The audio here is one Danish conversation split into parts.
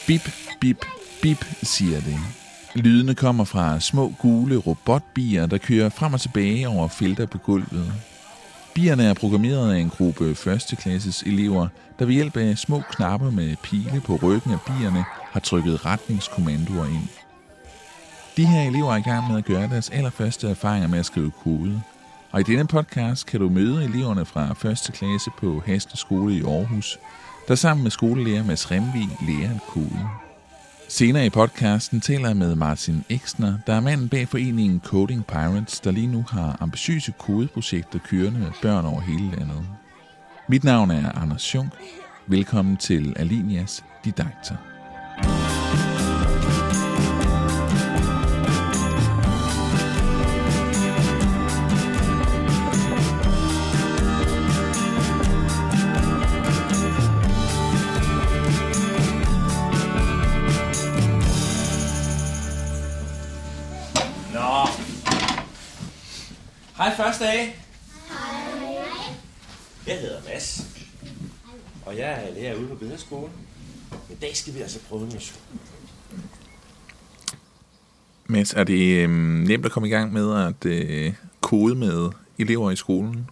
Bip, bip, bip, siger det. Lydene kommer fra små gule robotbier, der kører frem og tilbage over felter på gulvet. Bierne er programmeret af en gruppe førsteklasses elever, der ved hjælp af små knapper med pile på ryggen af bierne har trykket retningskommandoer ind. De her elever er i gang med at gøre deres allerførste erfaringer med at skrive kode. Og i denne podcast kan du møde eleverne fra 1. klasse på Hasle Skole i Aarhus, der sammen med skolelærer Mads Remvig lærer at kode. Senere i podcasten taler jeg med Martin Exner, der er manden bag foreningen Coding Pirates, der lige nu har ambitiøse kodeprojekter kørende med børn over hele landet. Mit navn er Anders Schunk. Velkommen til Alinias Didakter. Hej første dag. Hej. Jeg hedder Mads, og jeg er lærer ude på Bederskole. Men i dag skal vi altså prøve en mission. Mads, er det nemt at komme i gang med at kode med elever i skolen?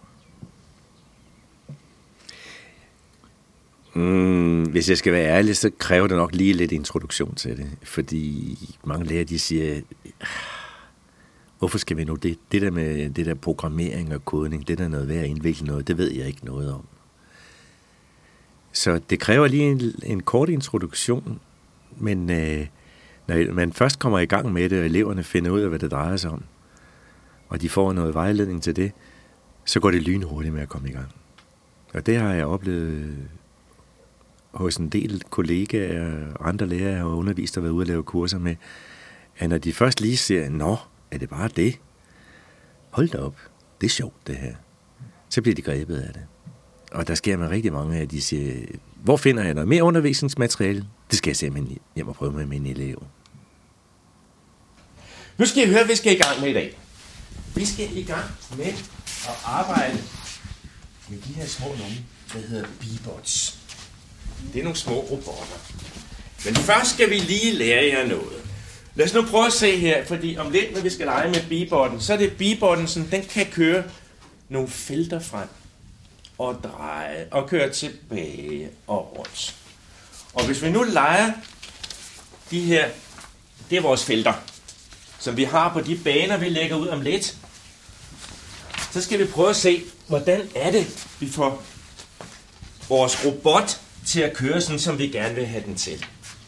Hvis jeg skal være ærlig, så kræver det nok lige lidt introduktion til det. Fordi mange lærere, de siger, hvorfor skal vi nu det? Det der med det der programmering og kodning, det der noget ved at indvikle noget, det ved jeg ikke noget om. Så det kræver lige en kort introduktion, men når man først kommer i gang med det, og eleverne finder ud af, hvad det drejer sig om, og de får noget vejledning til det, så går det lynhurtigt med at komme i gang. Og det har jeg oplevet hos en del kollegaer og andre lærere, jeg har undervist og været ude at lave kurser med, at når de først lige ser, nå, er det bare det? Hold da op, det er sjovt det her. Så bliver de grebet af det. Og der sker med rigtig mange af, at de siger, hvor finder jeg noget mere undervisningsmateriale? Det skal jeg simpelthen hjem og prøve med min elev. Nu skal I høre, hvad vi skal i gang med i dag. Vi skal i gang med at arbejde med de her små nogle, der hedder B-bots. Det er nogle små robotter. Men først skal vi lige lære jer noget. Lad os nu prøve at se her, fordi om lidt, når vi skal lege med B-botten, så er det B-botten, sådan, den kan køre nogle felter frem og dreje og køre tilbage og rundt. Og hvis vi nu leger de her, det er vores felter, som vi har på de baner, vi lægger ud om lidt, så skal vi prøve at se, hvordan er det, vi får vores robot til at køre sådan, som vi gerne vil have den til.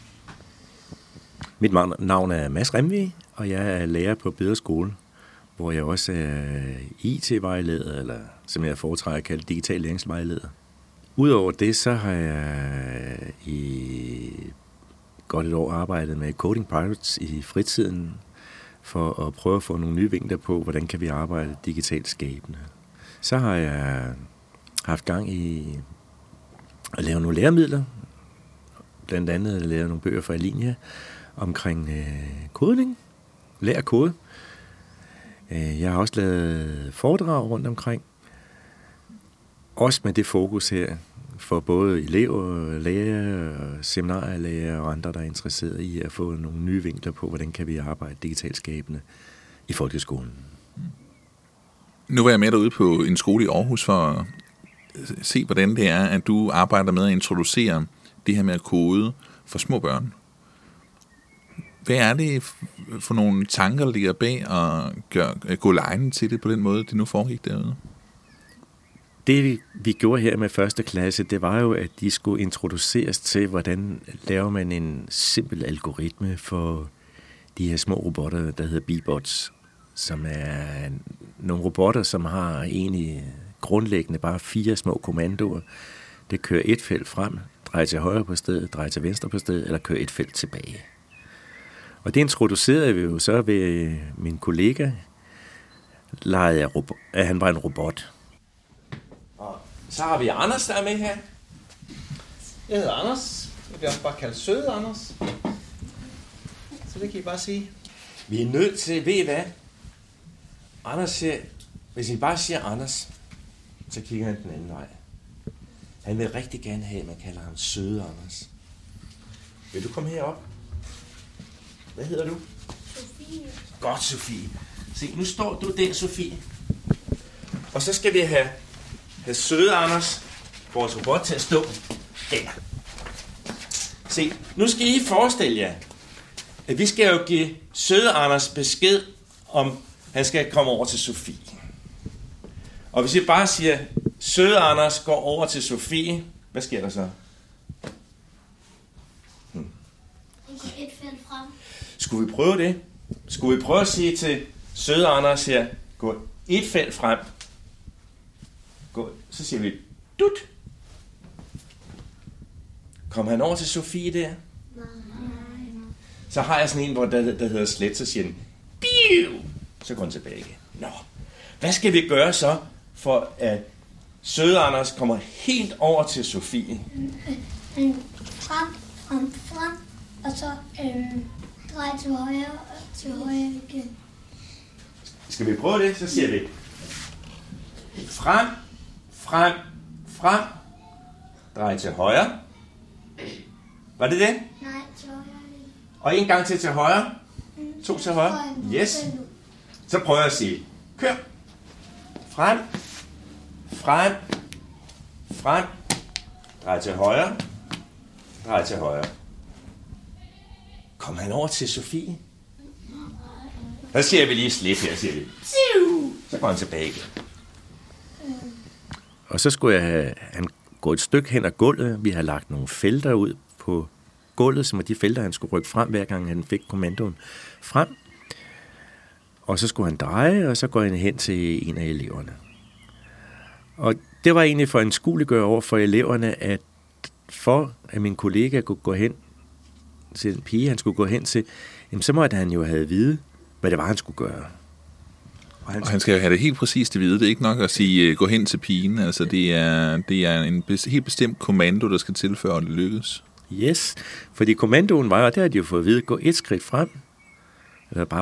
Mit navn er Mads Remvig, og jeg er lærer på Bederskole, hvor jeg også er IT-vejleder, eller som jeg foretrækker at kalde digital læringsvejleder. Udover det, så har jeg i godt et år arbejdet med Coding Pirates i fritiden, for at prøve at få nogle nye vinkler på, hvordan kan vi arbejde digitalt skabende. Så har jeg haft gang i at lave nogle læremidler, blandt andet at lave nogle bøger for Alinia, omkring kodning, lær kode. Jeg har også lavet foredrag rundt omkring, også med det fokus her, for både elever, lærere, seminarielærer og andre, der er interesseret i at få nogle nye vinkler på, hvordan kan vi arbejde digitalt skabende i folkeskolen. Nu var jeg med derude på en skole i Aarhus for at se, hvordan det er, at du arbejder med at introducere det her med at kode for små børn. Hvad er det for nogle tanker, der ligger bag at gå lejende til det på den måde, det nu foregik derude? Det vi gjorde her med 1. klasse, det var jo, at de skulle introduceres til, hvordan laver man en simpel algoritme for de her små robotter, der hedder B-bots, som er nogle robotter, som har egentlig grundlæggende bare 4 små kommandoer. Det kører et felt frem, drejer til højre på stedet, drejer til venstre på stedet, eller kører et felt tilbage. Og det introducerede vi jo så ved min kollega, at han var en robot. Og så har vi Anders, der er med her. Jeg hedder Anders. Jeg bliver også bare kaldt Søde Anders. Så det kan I bare sige. Vi er nødt til, ved I hvad? Anders siger, hvis I bare siger Anders, så kigger han den anden vej. Han vil rigtig gerne have, at man kalder ham Søde Anders. Vil du komme herop? Hvad hedder du? Sofie. Godt, Sofie. Se, nu står du der, Sofie. Og så skal vi have søde Anders, vores robot, til at stå der. Se, nu skal I forestille jer, at vi skal jo give søde Anders besked, om han skal komme over til Sofie. Og hvis I bare siger, søde Anders går over til Sofie, hvad sker der så? Han går et felt frem. Skulle vi prøve det? Skulle vi prøve at sige til søde Anders her, gå et felt frem. Så siger vi, dut. Kom han over til Sofie der? Nej. Så har jeg sådan en, hvor der hedder slet, så siger den, biu! Så går den tilbage igen. Nå, hvad skal vi gøre så, for at søde Anders kommer helt over til Sofie? Frem, og så drej til højre igen. Skal vi prøve det? Så siger vi, frem, drej til højre. Var det det? Nej, til højre igen. Og en gang til højre. 2 til højre. Yes. Så prøver jeg at sige, kør. Frem. Drej til højre. Kom han over til Sofie? Så siger vi lige slip her, siger vi. Så går han tilbage igen. Og så skulle han gå et stykke hen ad gulvet. Vi har lagt nogle felter ud på gulvet, som var de felter, han skulle rykke frem, hver gang han fik kommandoen frem. Og så skulle han dreje, og så går han hen til en af eleverne. Og det var egentlig for en anskueliggøre over for eleverne, at for at min kollega kunne gå hen til den pige, han skulle gå hen til, jamen, så måtte han jo have at vide, hvad det var, han skulle gøre. Og han skal jo have det helt præcist at vide. Det er ikke nok at sige, gå hen til pigen. Altså, det er en helt bestemt kommando, der skal til, før det lykkes. Yes, fordi kommandoen var, og der havde de jo fået at vide, gå et skridt frem, eller bare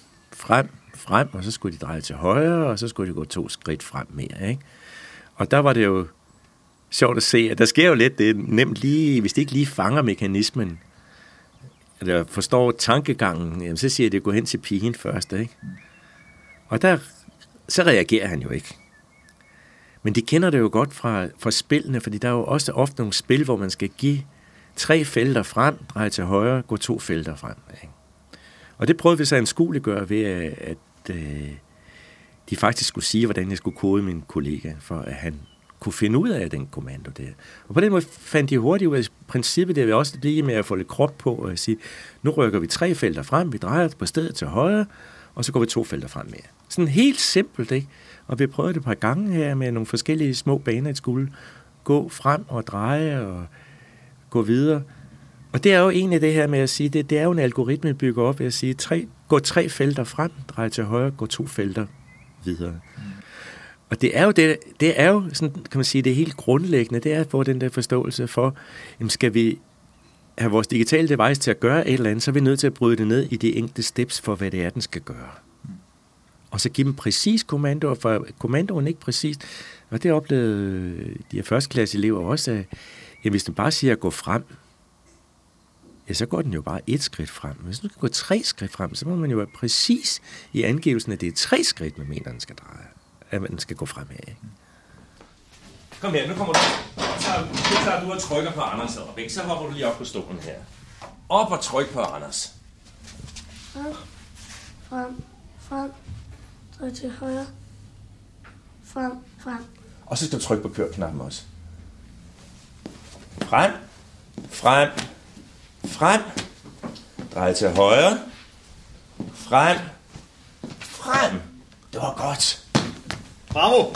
frem, og så skulle de dreje til højre, og så skulle de gå 2 skridt frem mere, ikke? Og der var det jo sjovt at se, at der sker jo lidt, det er nemt lige, hvis de ikke lige fanger mekanismen, eller forstår tankegangen, jamen, så siger de, gå hen til pigen først, ikke? Og så reagerer han jo ikke. Men de kender det jo godt fra spillene, fordi der er jo også ofte nogle spil, hvor man skal give 3 felter frem, dreje til højre, gå 2 felter frem. Ikke? Og det prøvede vi så anskueliggøre ved, at de faktisk skulle sige, hvordan jeg skulle kode min kollega, for at han kunne finde ud af den kommando der. Og på den måde fandt de hurtigt ud af princippet, det er også lige med at få lidt krop på og sige, nu rykker vi 3 felter frem, vi drejer på stedet til højre, og så går vi 2 felter frem mere. Sådan helt simpelt, ikke? Og vi prøvede det et par gange her med nogle forskellige små baner i skolen. Gå frem og dreje og gå videre. Og det er jo egentlig det her med at sige, det er jo en algoritme, vi bygger op ved at sige, gå 3 felter frem, dreje til højre, gå 2 felter videre. Og det er jo sådan, kan man sige, det helt grundlæggende, det er at få den der forståelse for, jamen skal vi have vores digitale device til at gøre et eller andet, så er vi nødt til at bryde det ned i de enkelte steps for, hvad det er, den skal gøre. Og så give dem præcis kommandoer, for kommandoen ikke præcis. Og det oplevede de her førsteklasse elever også, at hvis den bare siger at gå frem, ja, så går den jo bare 1 skridt frem. Hvis den skal gå 3 skridt frem, så må man jo være præcis i angivelsen, at det er 3 skridt, man mener, den skal dreje. At den skal gå fremad. Ikke? Kom her, nu kommer du. Så tager du og trykker på Anders op, ikke? Så hopper du lige op på stolen her. Op og tryk på Anders. Frem. Drej til højre. Frem. Og så skal du trykke på kør-knappen også. Frem. Drej til højre. Frem. Det var godt. Bravo!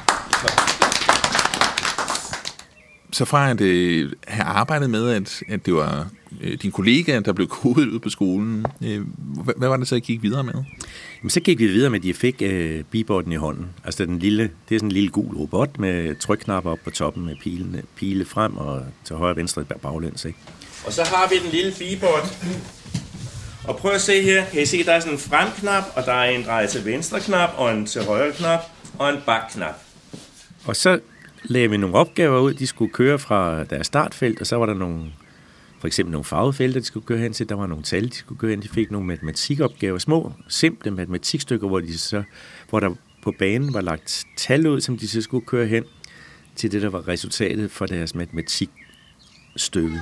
Så fra at have arbejdet med, at det var din kollega, der blev kodet ud på skolen, hvad var det så, I gik videre med? Jamen, så gik vi videre med, at de fik Beeboarden i hånden. Altså det er sådan en lille gul robot med trykknapper op på toppen med pile frem og til højre og venstre baglæns, ikke? Og så har vi den lille Beeboard. Og prøv at se her. Kan I se, der er sådan en fremknap, og der er en drej til venstre knap, og en til højre knap, og en bakknap. Og så lagde vi nogle opgaver ud, de skulle køre fra deres startfelt, og så var der nogle for eksempel nogle farvefelter, de skulle køre hen til. Der var nogle tal, de skulle køre hen. De fik nogle matematikopgaver, små, simple matematikstykker, hvor der på banen var lagt tal ud, som de så skulle køre hen til det, der var resultatet for deres matematikstykke.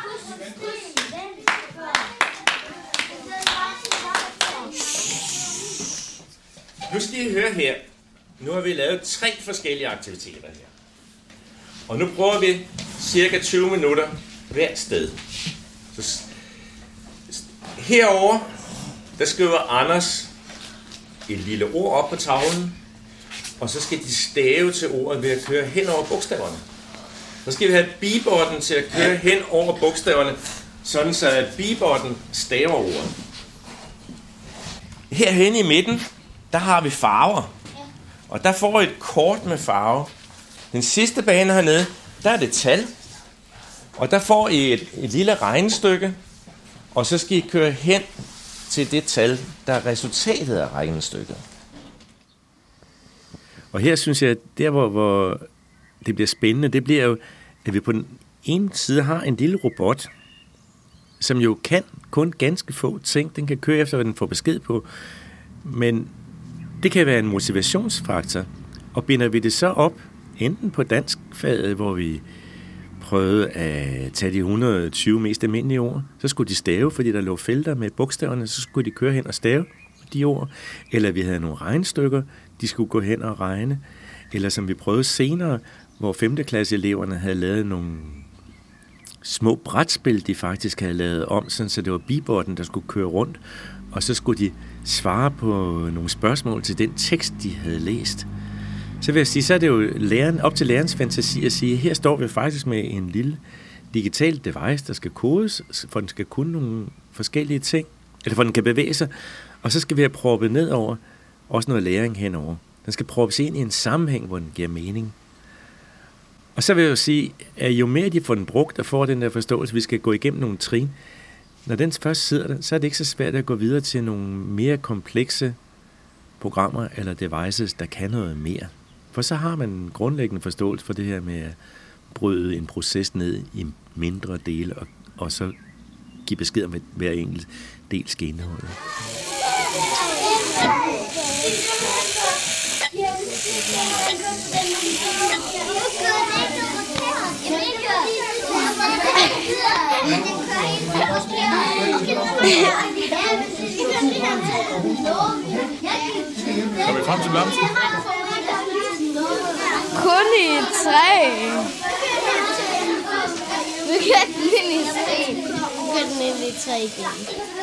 Nu skal I høre her. Nu har vi lavet 3 forskellige aktiviteter her. Og nu prøver vi cirka 20 minutter hvert sted. Så herover der skriver Anders et lille ord op på tavlen, og så skal de stave til ordet ved at køre hen over bogstaverne. Så skal vi have bebotten til at køre hen over bogstaverne, sådan så at bebotten staver ordet. Herhenne i midten, der har vi farver. Og der får I et kort med farve. Den sidste bane hernede, der er det tal. Og der får I et lille regnestykke. Og så skal I køre hen til det tal, der er resultatet af regnestykket. Og her synes jeg, at der hvor det bliver spændende, det bliver jo, at vi på den ene side har en lille robot, som jo kan kun ganske få ting. Den kan køre efter, hvad den får besked på. Men det kan være en motivationsfaktor. Og binder vi det så op, enten på danskfaget, hvor vi prøvede at tage de 120 mest almindelige ord, så skulle de stave, fordi der lå felter med bogstaverne, så skulle de køre hen og stave de ord. Eller vi havde nogle regnestykker, de skulle gå hen og regne. Eller som vi prøvede senere, hvor 5. klasse eleverne havde lavet nogle små brætspil, de faktisk havde lavet om, sådan, så det var bebotten, der skulle køre rundt. Og så skulle de svare på nogle spørgsmål til den tekst, de havde læst. Så vil jeg sige, så er det jo op til lærerens fantasi at sige, her står vi faktisk med en lille digital device, der skal kodes, for den skal kunne nogle forskellige ting, eller for den kan bevæge sig, og så skal vi have proppet ned over, også noget læring henover. Den skal proppes ind i en sammenhæng, hvor den giver mening. Og så vil jeg jo sige, at jo mere de får den brugt og får den der forståelse, vi skal gå igennem nogle trin, når den først sidder der, så er det ikke så svært at gå videre til nogle mere komplekse programmer eller devices, der kan noget mere. For så har man en grundlæggende forståelse for det her med at bryde en proces ned i mindre dele, og så give besked om, hver enkelt del skal indeholde. Går vi frem til blomsten? Kun i 3. Du kan den ind i 3. Du kan den ind i 3 igen.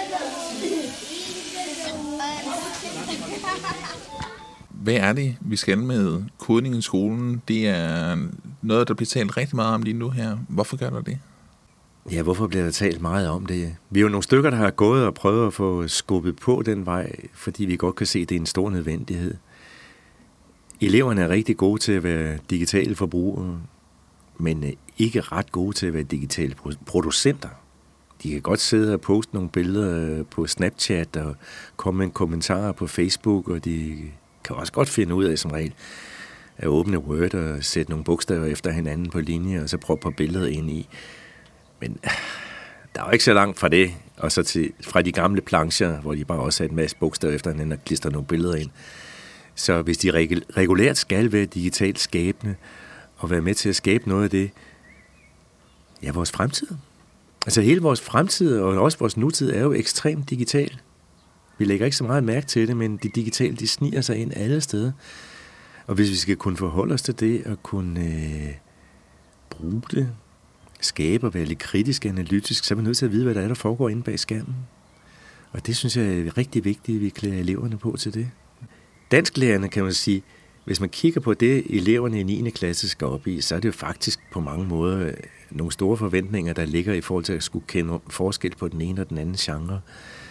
Hvad er det, vi skal med kodning i skolen? Det er noget, der bliver talt rigtig meget om lige nu her. Hvorfor gør der det? Ja, hvorfor bliver der talt meget om det? Vi er jo nogle stykker, der har gået og prøvet at få skubbet på den vej, fordi vi godt kan se, at det er en stor nødvendighed. Eleverne er rigtig gode til at være digitale forbrugere, men ikke ret gode til at være digitale producenter. De kan godt sidde og poste nogle billeder på Snapchat og komme med kommentarer på Facebook, og de kan også godt finde ud af som regel at åbne Word og sætte nogle bogstaver efter hinanden på linje, og så proppe billedet ind i. Men der er jo ikke så langt fra det, og så fra de gamle plancher, hvor de bare også har en masse bogstaver efter hinanden og klister nogle billeder ind. Så hvis de regulært skal være digitalt skabende, og være med til at skabe noget af det, ja, vores fremtid. Altså hele vores fremtid, og også vores nutid, er jo ekstremt digital. Vi lægger ikke så meget mærke til det, men de digitale, de sniger sig ind alle steder. Og hvis vi skal kunne forholde os til det, og kunne bruge det, skabe og være lidt kritisk og analytisk, så er vi nødt til at vide, hvad der er, der foregår inde bag skærmen. Og det synes jeg er rigtig vigtigt, at vi klæder eleverne på til det. Dansklærerne, kan man sige, hvis man kigger på det, eleverne i 9. klasse skal op i, så er det jo faktisk på mange måder nogle store forventninger, der ligger i forhold til at skulle kende forskel på den ene og den anden genre.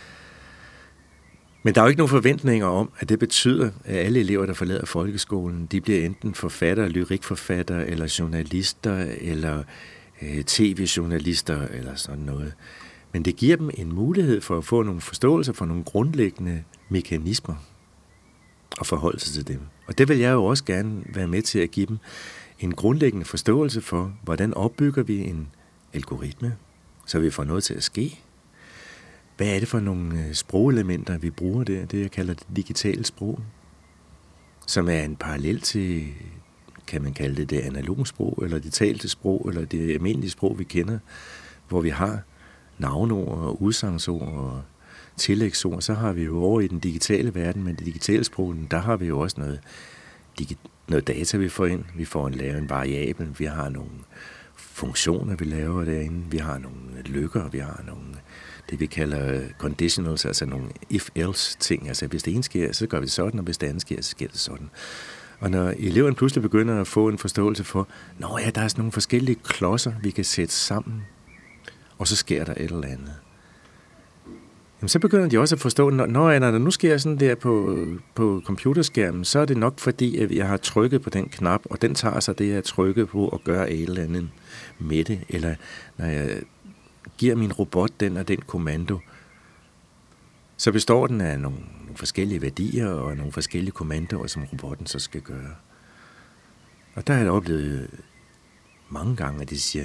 Men der er jo ikke nogen forventninger om, at det betyder, at alle elever, der forlader folkeskolen, de bliver enten forfattere, lyrikforfattere, eller journalister, eller tv-journalister, eller sådan noget. Men det giver dem en mulighed for at få nogle forståelser for nogle grundlæggende mekanismer og forholde sig til dem. Og det vil jeg jo også gerne være med til at give dem en grundlæggende forståelse for, hvordan opbygger vi en algoritme, så vi får noget til at ske. Hvad er det for nogle sprogelementer, vi bruger der? Det, jeg kalder det digitale sprog, som er en parallel til, kan man kalde det analoge sprog, eller det talte sprog, eller det almindelige sprog, vi kender, hvor vi har navnord og udsagnsord og tillægsord. Så har vi jo over i den digitale verden, men det digitale sprog, der har vi jo også noget data, vi får ind. Vi får lavet en variabel, vi har nogle funktioner, vi laver derinde, vi har nogle lykker, vi har nogle, det vi kalder conditionals, altså nogle if-else ting. Altså hvis det ene sker, så gør vi sådan, og hvis det andet sker, så sker det sådan. Og når eleverne pludselig begynder at få en forståelse for, der er sådan nogle forskellige klodser, vi kan sætte sammen, og så sker der et eller andet. Jamen, så begynder de også at forstå, når der nu sker sådan der på computerskærmen, så er det nok fordi, at jeg har trykket på den knap, og den tager sig det, jeg trykker på og gør et eller andet med det. Eller når jeg giver min robot den og den kommando, så består den af nogle forskellige værdier og nogle forskellige kommandoer, som robotten så skal gøre. Og der har jeg oplevet mange gange, at de siger,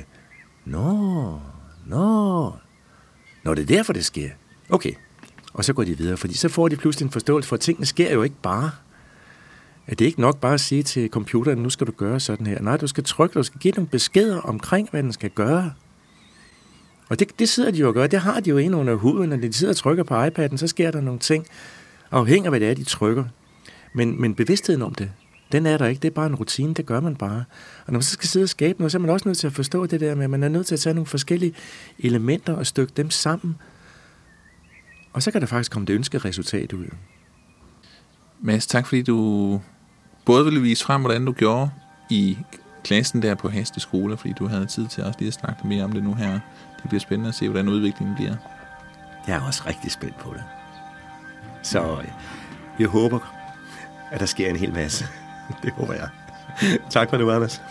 Nå, det er derfor, det sker. Okay, og så går de videre, fordi så får de pludselig en forståelse for, at tingene sker jo ikke bare. At det er ikke nok bare at sige til computeren, nu skal du gøre sådan her. Nej, du skal trykke, du skal give nogle beskeder omkring, hvad den skal gøre. Og det sidder de jo og gør, det har de jo inde under huden, når de sidder og trykker på iPad'en, så sker der nogle ting, afhængig af hvad det er, de trykker. Men bevidstheden om det, den er der ikke, det er bare en rutine, det gør man bare. Og når man så skal sidde og skabe noget, så er man også nødt til at forstå det der med, at man er nødt til at tage nogle forskellige elementer og stykke dem sammen. Og så kan der faktisk komme det ønskede resultat ud. Mads, tak fordi du både ville vise frem, hvordan du gjorde i klassen der på Hasle Skole, fordi du havde tid til også lige at snakke mere om det nu her. Det bliver spændende at se, hvordan udviklingen bliver. Jeg er også rigtig spændt på det. Så jeg håber, at der sker en hel masse. Det håber jeg. Tak for det, Anders.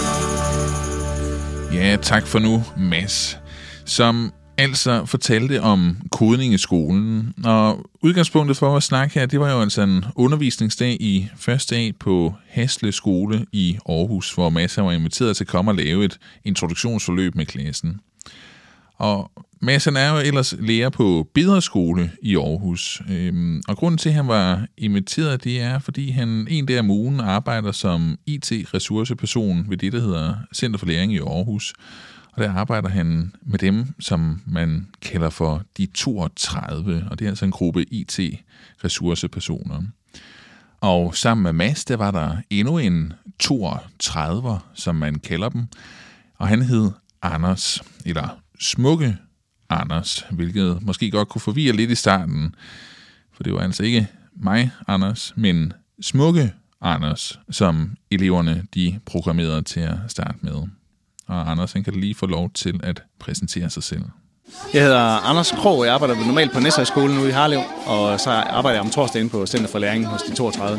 Ja, tak for nu, Mads. Som altså fortalte om kodning i skolen. Og udgangspunktet for at snakke her, det var jo altså en undervisningsdag i 1. A på Hasle Skole i Aarhus, hvor Mads var inviteret til at komme og lave et introduktionsforløb med klassen. Og Mads er jo ellers lærer på Bedre Skole i Aarhus. Og grunden til, at han var inviteret, det er, fordi han en dag om ugen arbejder som IT-ressourceperson ved det, der hedder Center for Læring i Aarhus. Og der arbejder han med dem, som man kalder for de 32, og det er altså en gruppe IT-ressourcepersoner. Og sammen med Mads, der var der endnu en 32'er, som man kalder dem, og han hed Anders, eller Smukke Anders, hvilket måske godt kunne forvirre lidt i starten, for det var altså ikke mig, Anders, men Smukke Anders, som eleverne de programmerede til at starte med. Og Anders, han kan lige få lov til at præsentere sig selv. Jeg hedder Anders Krog, jeg arbejder normalt på Næshøjskolen ude i Harlev, og så arbejder jeg om torsdagen på Center for Læring hos de 32.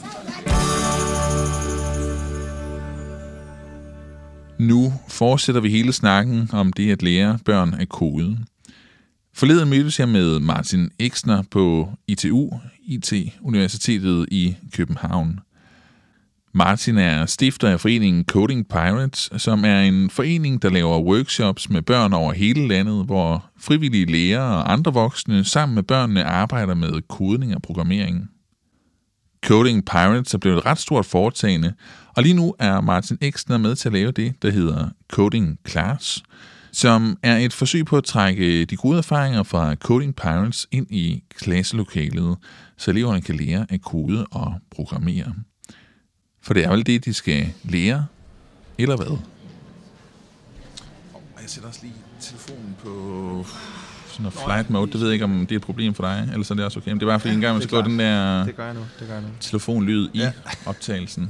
Nu fortsætter vi hele snakken om det at lære børn at kode. Forleden mødtes jeg med Martin Exner på ITU, IT-universitetet i København. Martin er stifter af foreningen Coding Pirates, som er en forening, der laver workshops med børn over hele landet, hvor frivillige lærere og andre voksne sammen med børnene arbejder med kodning og programmering. Coding Pirates er blevet et ret stort foretagende, og lige nu er Martin Exner med til at lave det, der hedder Coding Class, som er et forsøg på at trække de gode erfaringer fra Coding Pirates ind i klasselokalet, så eleverne kan lære at kode og programmere. For det er vel det, de skal lære, eller hvad? Jeg sætter også lige telefonen på sådan noget flight mode. Det ved jeg ikke, om det er et problem for dig, eller så er det også okay. Men det er bare fordi en gang, man skal gå den der telefonlyd i optagelsen.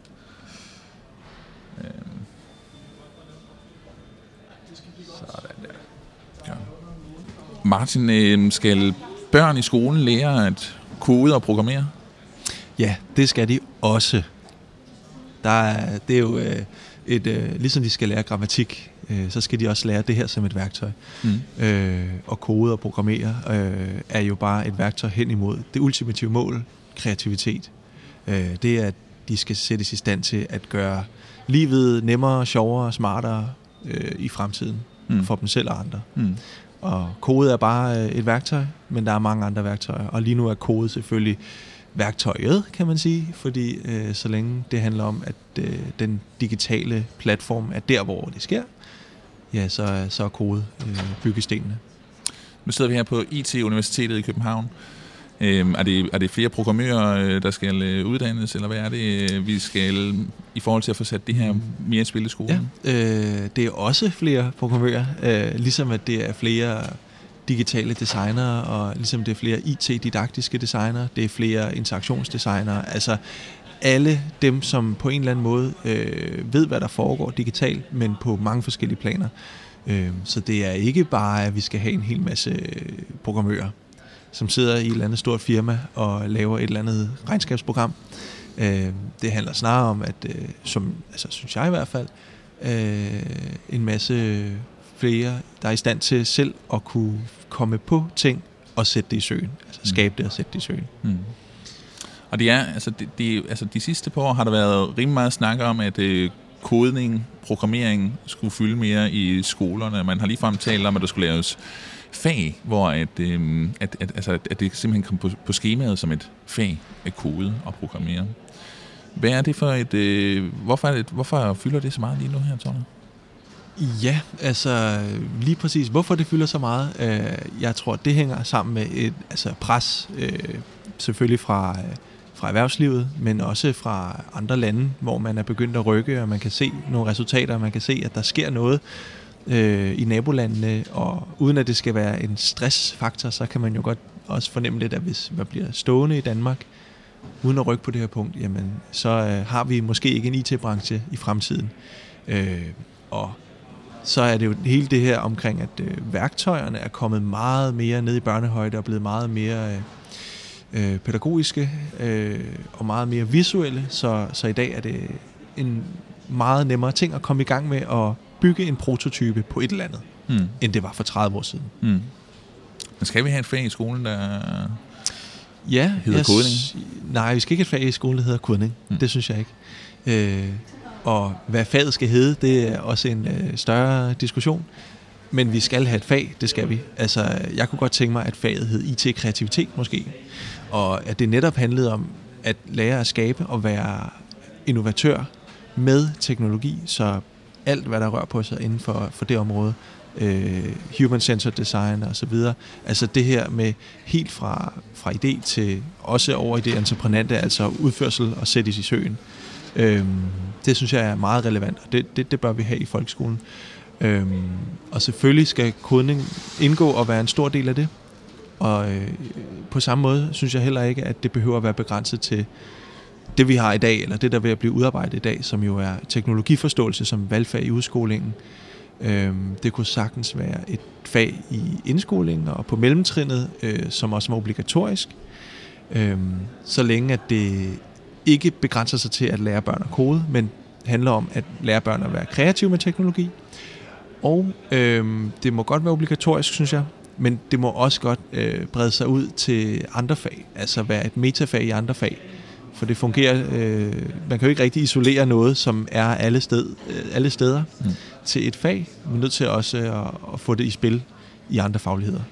Sådan der. Ja. Martin, skal børn i skolen lære at kode og programmere? Ja, det skal de også. Det er jo ligesom de skal lære grammatik, så skal de også lære det her som et værktøj. Og kode og programmere er jo bare et værktøj hen imod det ultimative mål, kreativitet. Det er, at de skal sættes i stand til at gøre livet nemmere, sjovere og smartere i fremtiden. for dem selv og andre. Og kode er bare et værktøj, men der er mange andre værktøjer. Og lige nu er kode selvfølgelig værktøjet, kan man sige, fordi så længe det handler om, at den digitale platform er der, hvor det sker, ja, så er kode byggestenene. Nu sidder vi her på IT-universitetet i København. Er det flere programmører, der skal uddannes, eller hvad er det, vi skal i forhold til at få sat det her mere i spil i skolen? Ja, det er også flere programmører, ligesom at det er flere digitale designere, og ligesom det er flere IT-didaktiske designere, det er flere interaktionsdesignere, altså alle dem, som på en eller anden måde ved, hvad der foregår digitalt, men på mange forskellige planer. Så det er ikke bare, at vi skal have en hel masse programmører, som sidder i et eller andet stort firma og laver et eller andet regnskabsprogram. Det handler snarere om, at, synes jeg i hvert fald, en masse flere, der er i stand til selv at kunne komme på ting og sætte det i søen. Altså skabe det og sætte det i søen. Og det er, de sidste par år har der været rimelig meget snak om, at kodning, programmering skulle fylde mere i skolerne. Man har ligefrem talt om, at der skulle laves fag, hvor at det simpelthen kom på skemaet som et fag at kode og programmere. Hvad er det for et... Hvorfor fylder det så meget lige nu her, Torne? Ja, altså lige præcis. Hvorfor det fylder så meget? Jeg tror, det hænger sammen med et pres, selvfølgelig fra erhvervslivet, men også fra andre lande, hvor man er begyndt at rykke, og man kan se nogle resultater, og man kan se, at der sker noget i nabolandene, og uden at det skal være en stressfaktor, så kan man jo godt også fornemme lidt, at hvis man bliver stående i Danmark, uden at rykke på det her punkt, jamen, så har vi måske ikke en IT-branche i fremtiden. Og så er det jo hele det her omkring, at værktøjerne er kommet meget mere ned i børnehøjde og blevet meget mere pædagogiske og meget mere visuelle, så i dag er det en meget nemmere ting at komme i gang med at bygge en prototype på et eller andet, end det var for 30 år siden. Men skal vi have et fag i skolen, der hedder kodning? Nej, vi skal ikke have et fag i skolen, der hedder kodning. Det synes jeg ikke. Og hvad faget skal hedde, det er også en større diskussion. Men vi skal have et fag, det skal vi. Altså, jeg kunne godt tænke mig, at faget hed IT-kreativitet måske. Og at det netop handlede om at lære at skabe og være innovatør med teknologi, så alt, hvad der rører på sig inden for det område, human-centered design og så videre. Altså det her med helt fra idé til også over i det entreprenante, altså udførsel og sættes i søen. Det synes jeg er meget relevant, og det bør vi have i folkeskolen. Og selvfølgelig skal kodning indgå og være en stor del af det. Og på samme måde synes jeg heller ikke, at det behøver at være begrænset til det, vi har i dag, eller det, der er ved at blive udarbejdet i dag, som jo er teknologiforståelse som valgfag i udskolingen. Det kunne sagtens være et fag i indskolingen og på mellemtrinnet, som også er obligatorisk. Så længe at det ikke begrænser sig til at lære børn at kode, men handler om at lære børn at være kreative med teknologi. Og det må godt være obligatorisk, synes jeg, men det må også godt brede sig ud til andre fag, altså være et metafag i andre fag. For det fungerer, man kan jo ikke rigtig isolere noget, som er alle steder til et fag. Man er nødt til også at få det i spil i andre fagligheder.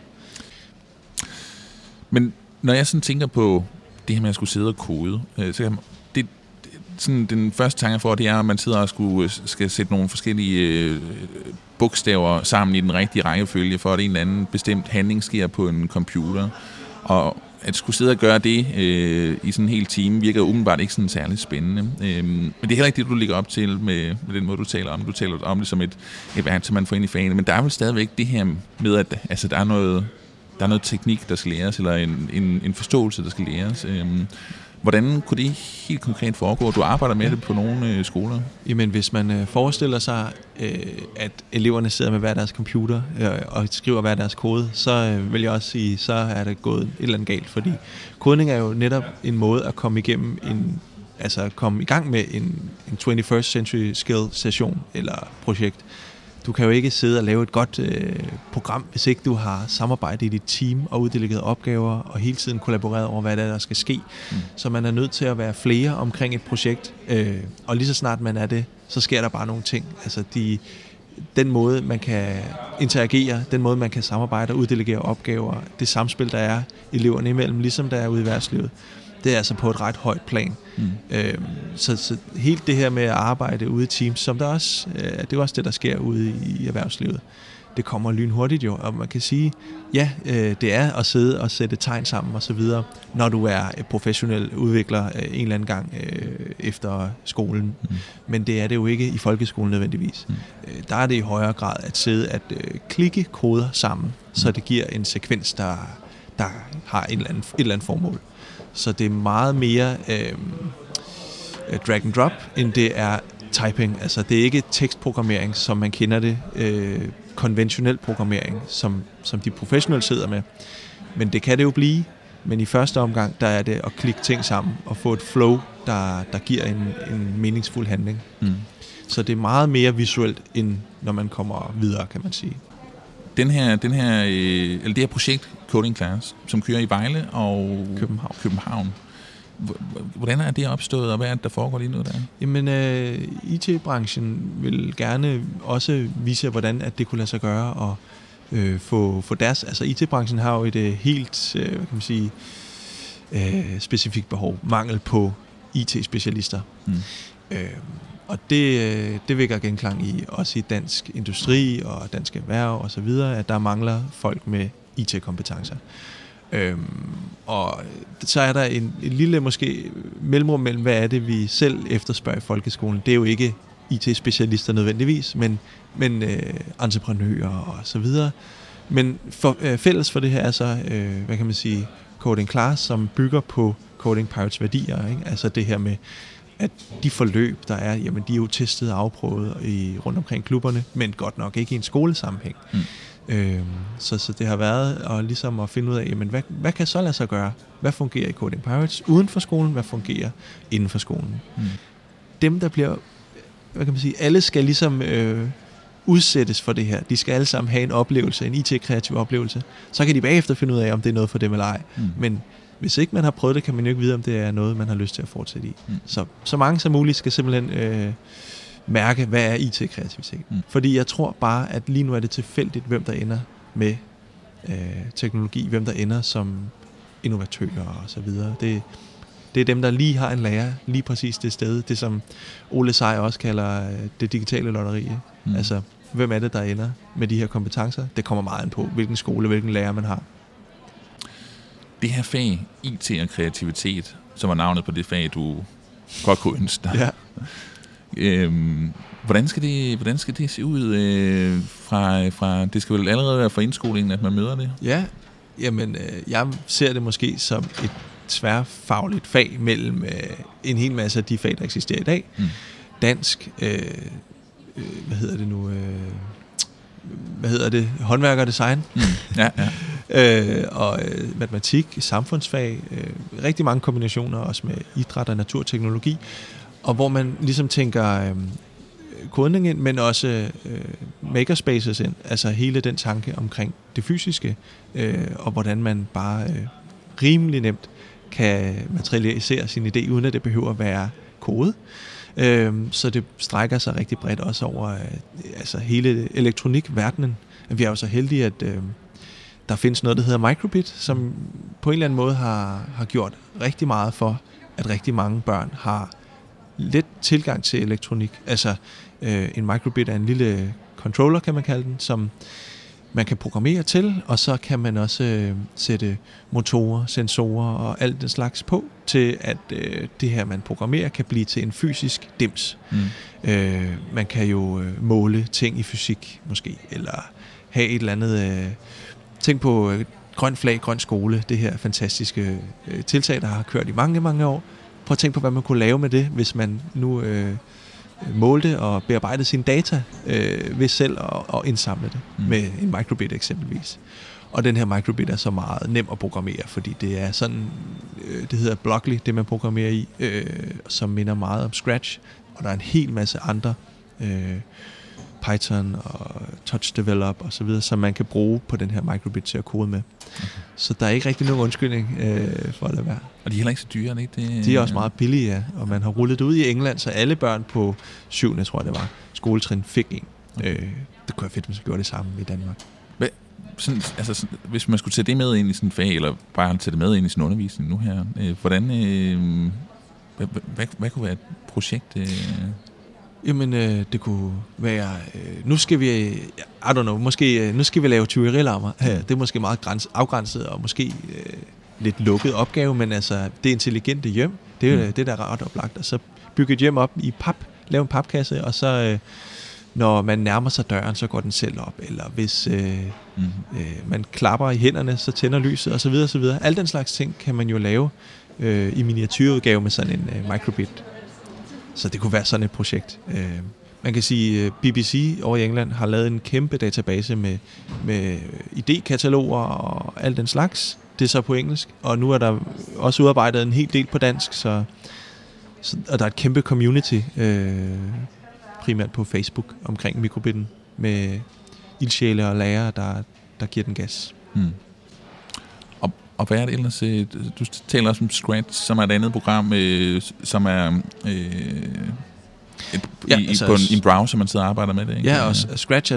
Men når jeg sådan tænker på det her med at skulle sidde og kode, så kan sådan den første tanke for, det er, at man sidder og skal sætte nogle forskellige bogstaver sammen i den rigtige rækkefølge, for at en eller anden bestemt handling sker på en computer. Og at skulle sidde og gøre det i sådan en hel time, virker umiddelbart ikke sådan særlig spændende. Men det er heller ikke det, du ligger op til med den måde, du taler om. Du taler om det som et værktøj, man får ind i fagene. Men der er vel stadigvæk det her med, at altså, der er noget teknik, der skal læres, eller en forståelse, der skal læres. Hvordan kunne det helt konkret foregå? Du arbejder med det på nogle skoler? Jamen, hvis man forestiller sig, at eleverne sidder med hver deres computer og skriver hver deres kode, så vil jeg også sige, så er det gået et eller andet galt, fordi kodning er jo netop en måde at komme igennem komme i gang med en 21st Century Skill session eller projekt. Du kan jo ikke sidde og lave et godt program, hvis ikke du har samarbejdet i dit team og uddelegeret opgaver og hele tiden kollaboreret over, hvad der skal ske. Så man er nødt til at være flere omkring et projekt, og lige så snart man er det, så sker der bare nogle ting. Altså den måde, man kan interagere, den måde, man kan samarbejde og uddelegere opgaver, det samspil, der er eleverne imellem, ligesom der er ude i erhvervslivet, det er altså på et ret højt plan. Så helt det her med at arbejde ude i teams, som der også, det er også det, der sker ude i erhvervslivet. Det kommer lynhurtigt jo, og man kan sige, ja, det er at sidde og sætte tegn sammen og så videre, når du er professionel udvikler en eller anden gang efter skolen. Men det er det jo ikke i folkeskolen nødvendigvis. Der er det i højere grad at sidde at klikke koder sammen, så det giver en sekvens, der har et eller andet formål. Så det er meget mere drag and drop, end det er typing. Altså det er ikke tekstprogrammering, som man kender det, konventionel programmering, som de professionelle sidder med. Men det kan det jo blive. Men i første omgang, der er det at klikke ting sammen og få et flow, der giver en meningsfuld handling. Så det er meget mere visuelt, end når man kommer videre, kan man sige. Det her projekt, Coding Class, som kører i Vejle og København. Hvordan er det opstået, og hvad er det, der foregår lige nu der? Jamen, IT-branchen vil gerne også vise, hvordan at det kunne lade sig gøre, og få deres... Altså, IT-branchen har jo et helt, hvad kan man sige, specifikt behov, mangel på IT-specialister. Og det vækker genklang i, også i dansk industri og dansk erhverv og så videre, at der mangler folk med IT-kompetencer. Og så er der en lille måske mellemrum mellem, hvad er det, vi selv efterspørger i folkeskolen. Det er jo ikke IT-specialister nødvendigvis, men entreprenører og så videre. Men fælles for det her er så, hvad kan man sige, Coding Class, som bygger på Coding Pirates værdier. Ikke? Altså det her med, at de forløb, der er, jamen de er jo testet og afprøvet rundt omkring klubberne, men godt nok ikke i en skolesammenhæng. Så det har været ligesom at finde ud af, jamen, hvad kan så lade sig gøre? Hvad fungerer i Coding Pirates uden for skolen? Hvad fungerer inden for skolen? Dem, der bliver, hvad kan man sige, alle skal ligesom udsættes for det her. De skal alle sammen have en oplevelse, en IT-kreativ oplevelse. Så kan de bagefter finde ud af, om det er noget for dem eller ej. Men hvis ikke man har prøvet det, kan man jo ikke vide, om det er noget, man har lyst til at fortsætte i. Så mange som muligt skal simpelthen mærke, hvad er IT-kreativitet. Fordi jeg tror bare, at lige nu er det tilfældigt, hvem der ender med teknologi, hvem der ender som innovatører og så videre. Det er dem, der lige har en lærer, lige præcis det sted. Det som Ole Seier også kalder det digitale lotteri. Altså, hvem er det, der ender med de her kompetencer? Det kommer meget an på, hvilken skole, hvilken lærer man har. Det her fag, IT og kreativitet, som er navnet på det fag, du godt kunne ønske dig. Ja. Hvordan skal det se ud fra det skal vel allerede være fra indskolingen, at man møder det? Ja, jamen jeg ser det måske som et tværfagligt fag mellem en hel masse af de fag, der eksisterer i dag. Dansk, håndværk og design. Og matematik, samfundsfag, rigtig mange kombinationer også med idræt og naturteknologi, og hvor man ligesom tænker kodning ind, men også makerspaces ind, altså hele den tanke omkring det fysiske, og hvordan man bare rimelig nemt kan materialisere sin idé, uden at det behøver at være kode. Så det strækker sig rigtig bredt også over altså hele elektronikverdenen. Vi er jo så heldige, at der findes noget, der hedder Microbit, som på en eller anden måde har gjort rigtig meget for, at rigtig mange børn har let tilgang til elektronik. Altså en Microbit er en lille controller, kan man kalde den, som man kan programmere til, og så kan man også sætte motorer, sensorer og alt den slags på, til at det her, man programmerer, kan blive til en fysisk dims. Man kan jo måle ting i fysik, måske, eller have et eller andet... Tænk på grøn flag, grøn skole, det her fantastiske tiltag, der har kørt i mange, mange år. Prøv at tænke på, hvad man kunne lave med det, hvis man nu målte og bearbejdede sine data ved selv at indsamle det med en microbit eksempelvis. Og den her microbit er så meget nem at programmere, fordi det er sådan, det hedder Blockly, det man programmerer i, som minder meget om Scratch. Og der er en hel masse andre Python og Touch Develop og så videre, som man kan bruge på den her microbit til at kode med. Okay. Så der er ikke rigtig nogen undskyldning for at lade være. Og de er heller ikke så dyre, ikke? De er også meget billige, ja. Og man har rullet det ud i England, så alle børn på 7. tror jeg det var, skoletrin fik en. Det kunne være fedt, hvis vi gjorde det samme i Danmark. Hvis man skulle tage det med ind i sådan et fag, eller bare tage det med ind i sin undervisning nu her, hvordan... Hvad kunne være et projekt? Jamen, det kunne være... nu skal vi... måske... nu skal vi lave tyverialarmer. Det er måske meget afgrænset, og måske lidt lukket opgave, men altså, det intelligente hjem, det er det, der er ret oplagt. Og så bygge et hjem op i pap, lave en papkasse, og så... når man nærmer sig døren, så går den selv op. Eller hvis man klapper i hænderne, så tænder lyset, osv. osv. Al den slags ting kan man jo lave i miniatyrudgave med sådan en microbit. Så det kunne være sådan et projekt. Man kan sige, BBC over i England har lavet en kæmpe database med idékataloger og alt den slags. Det er så på engelsk. Og nu er der også udarbejdet en hel del på dansk, og der er et kæmpe community, primært på Facebook, omkring mikrobitten, med ildsjæle og lærere, der giver den gas. Og hvad er det ellers? Du taler også om Scratch, som er et andet program, som er på en browser, man sidder og arbejder med det. Ikke? Ja, og Scratch er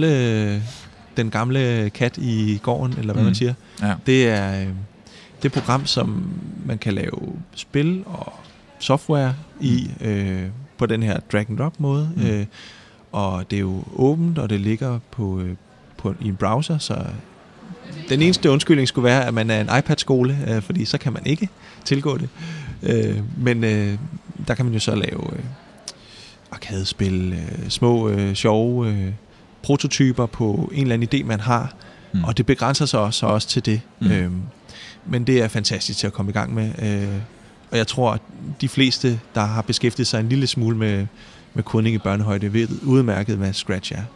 den gamle kat i gården, eller hvad man siger. Ja. Det er det program, som man kan lave spil og software i på den her drag-and-drop-måde. Og det er jo åbent, og det ligger i en browser, så den eneste undskyldning skulle være, at man er en iPad-skole, fordi så kan man ikke tilgå det. Men der kan man jo så lave arkadespil, små, sjove prototyper på en eller anden idé, man har, og det begrænser sig så også til det. Men det er fantastisk til at komme i gang med. Og jeg tror, at de fleste, der har beskæftiget sig en lille smule med kodning i børnehøjde, ved udmærket, hvad Scratch er.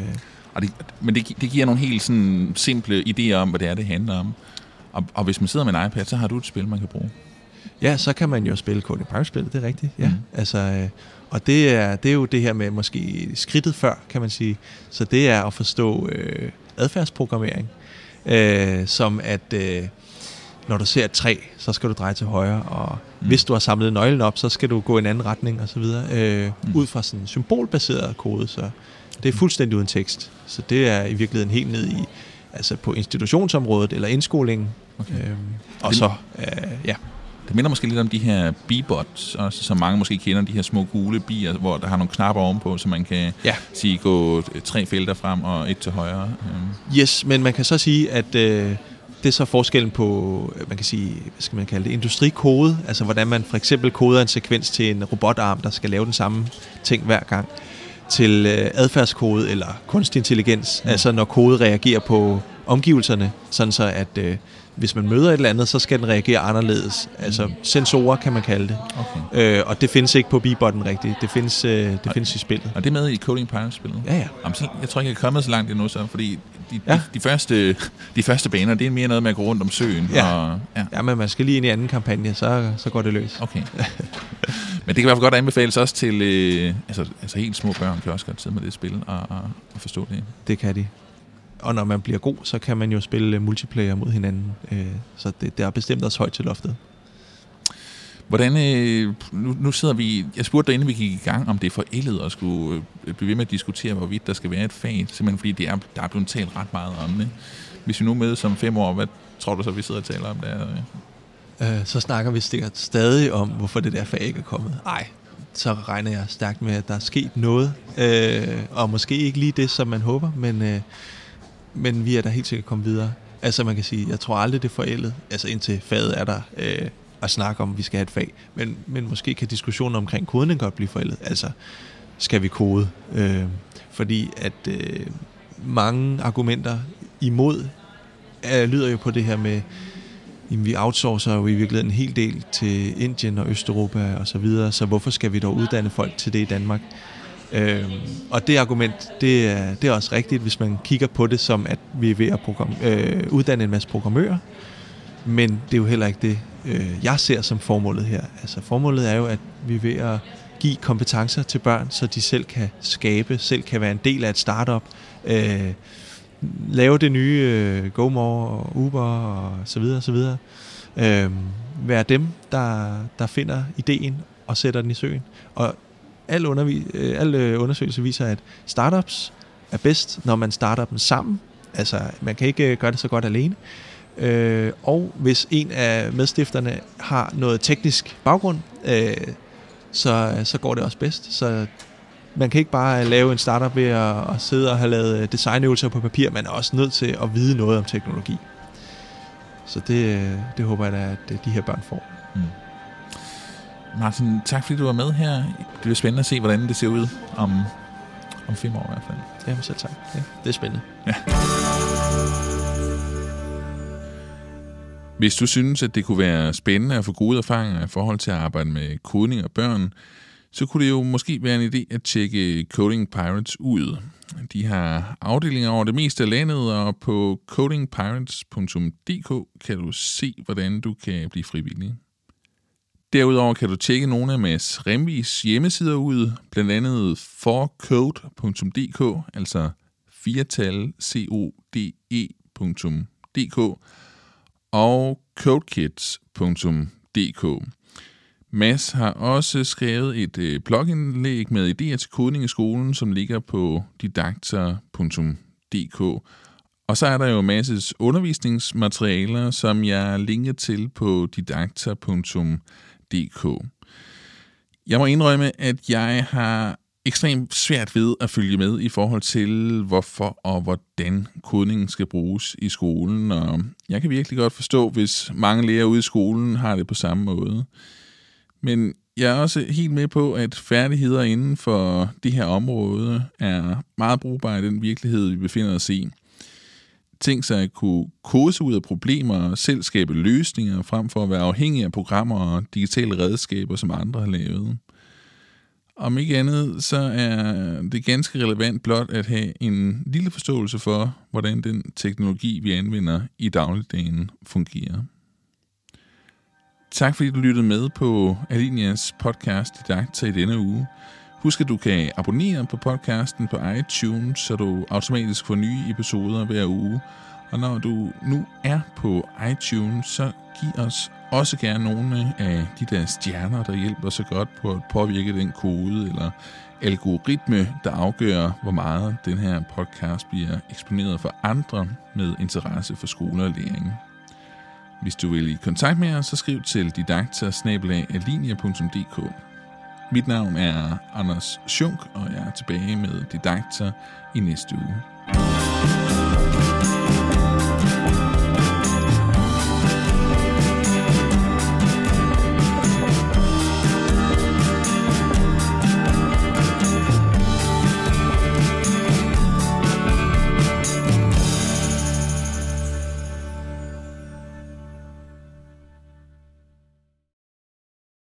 Men det giver nogle helt sådan simple idéer om, hvad det handler om. Og hvis man sidder med en iPad, så har du et spil, man kan bruge. Ja, så kan man jo spille Coding Pirate-spil, det er rigtigt. Ja. Altså, og det er jo det her med måske skridtet før, kan man sige. Så det er at forstå adfærdsprogrammering, som at... når du ser et træ, så skal du dreje til højre, og hvis du har samlet nøglen op, så skal du gå i en anden retning, og så videre. Ud fra sådan en symbolbaseret kode, så det er fuldstændig uden tekst. Så det er i virkeligheden helt ned i, altså på institutionsområdet, eller indskolingen. Okay. Og så, ja. Det minder måske lidt om de her Beebots, som mange måske kender, de her små gule bier, hvor der har nogle knapper ovenpå, så man kan sige gå 3 felter frem og 1 til højre. Yes, men man kan så sige, at det er så forskellen på, man kan sige, hvad skal man kalde det, industrikode, altså hvordan man for eksempel koder en sekvens til en robotarm, der skal lave den samme ting hver gang, til adfærdskode eller kunstig intelligens, altså når kode reagerer på omgivelserne, sådan så at hvis man møder et eller andet, så skal den reagere anderledes. Altså sensorer, kan man kalde det. Okay. Og det findes ikke på Beebotten rigtigt. Det findes i spillet. Og det er med i Coding Pirate-spillet? Ja, ja. Jamen, jeg tror ikke, jeg er kommet så langt endnu, så, fordi de første baner, det er mere noget med at gå rundt om søen. Ja, ja, men man skal lige ind i anden kampagne, så går det løs. Okay. Men det kan i hvert fald godt anbefales også til altså helt små børn, kan også godt sidde med det spil og forstå det. Det kan de. Og når man bliver god, så kan man jo spille multiplayer mod hinanden. Så det er bestemt også højt til loftet. Hvordan, nu sidder vi... Jeg spurgte dig, inden vi gik i gang, om det er forældet at skulle blive ved med at diskutere, hvorvidt der skal være et fag. Simpelthen fordi der er blevet talt ret meget om det. Hvis vi nu med som 5 år, hvad tror du så, vi sidder og taler om der? Så snakker vi sikkert stadig om, hvorfor det der fag ikke er kommet. Ej, så regner jeg stærkt med, at der er sket noget. Og måske ikke lige det, som man håber, men vi er da helt sikkert kommet videre. Altså man kan sige, jeg tror aldrig det er forældet. Altså indtil faget er der at snakke om, at vi skal have et fag. Men måske kan diskussionen omkring kodning godt blive forældet. Altså, skal vi kode? Fordi at mange argumenter imod lyder jo på det her med, jamen, vi outsourcer jo i virkeligheden en hel del til Indien og Østeuropa og så videre, så hvorfor skal vi dog uddanne folk til det i Danmark? Og det argument, det er også rigtigt, hvis man kigger på det som, at vi er ved at uddanne en masse programmører, men det er jo heller ikke det, jeg ser som formålet her. Altså formålet er jo, at vi er ved at give kompetencer til børn, så de selv kan skabe, selv kan være en del af et startup, lave det nye GoMore og Uber og så videre, så videre. Være dem, der finder ideen og sætter den i søen. Og Alle undersøgelser viser, at startups er bedst, når man starter dem sammen. Altså, man kan ikke gøre det så godt alene. Og hvis en af medstifterne har noget teknisk baggrund, så går det også bedst. Så man kan ikke bare lave en startup ved at sidde og have lavet designøvelser på papir, man er også nødt til at vide noget om teknologi. Så det håber jeg da, at de her børn får. Martin, tak fordi du var med her. Det bliver spændende at se, hvordan det ser ud om 5 år i hvert fald. Jamen selv tak. Ja, det er spændende. Ja. Hvis du synes, at det kunne være spændende at få gode erfaringer i forhold til at arbejde med kodning og børn, så kunne det jo måske være en idé at tjekke Coding Pirates ud. De har afdelinger over det meste af landet, og på codingpirates.dk kan du se, hvordan du kan blive frivillig. Derudover kan du tjekke nogle af Mads Remvigs hjemmesider ud, blandt andet forcode.dk, altså 4tal.code.dk og codekids.dk. Mads har også skrevet et blogindlæg med idéer til kodning i skolen, som ligger på didakter.dk. Og så er der jo Mads' undervisningsmaterialer, som jeg linker til på didakter.dk. Jeg må indrømme, at jeg har ekstremt svært ved at følge med i forhold til, hvorfor og hvordan kodningen skal bruges i skolen. Og jeg kan virkelig godt forstå, hvis mange lærere ude i skolen har det på samme måde. Men jeg er også helt med på, at færdigheder inden for det her område er meget brugbare i den virkelighed, vi befinder os i. Tænk sig at kunne kode sig ud af problemer og selv skabe løsninger, frem for at være afhængig af programmer og digitale redskaber, som andre har lavet. Om ikke andet, så er det ganske relevant blot at have en lille forståelse for, hvordan den teknologi, vi anvender i dagligdagen, fungerer. Tak fordi du lyttede med på Alinias podcast Didakter i denne uge. Husk, at du kan abonnere på podcasten på iTunes, så du automatisk får nye episoder hver uge. Og når du nu er på iTunes, så giv os også gerne nogle af de der stjerner, der hjælper så godt på at påvirke den kode eller algoritme, der afgør, hvor meget den her podcast bliver eksponeret for andre med interesse for skole og læring. Hvis du vil i kontakt med os, så skriv til didakter@alinia.dk. Mit navn er Anders Schunk, og jeg er tilbage med Didakter i næste uge.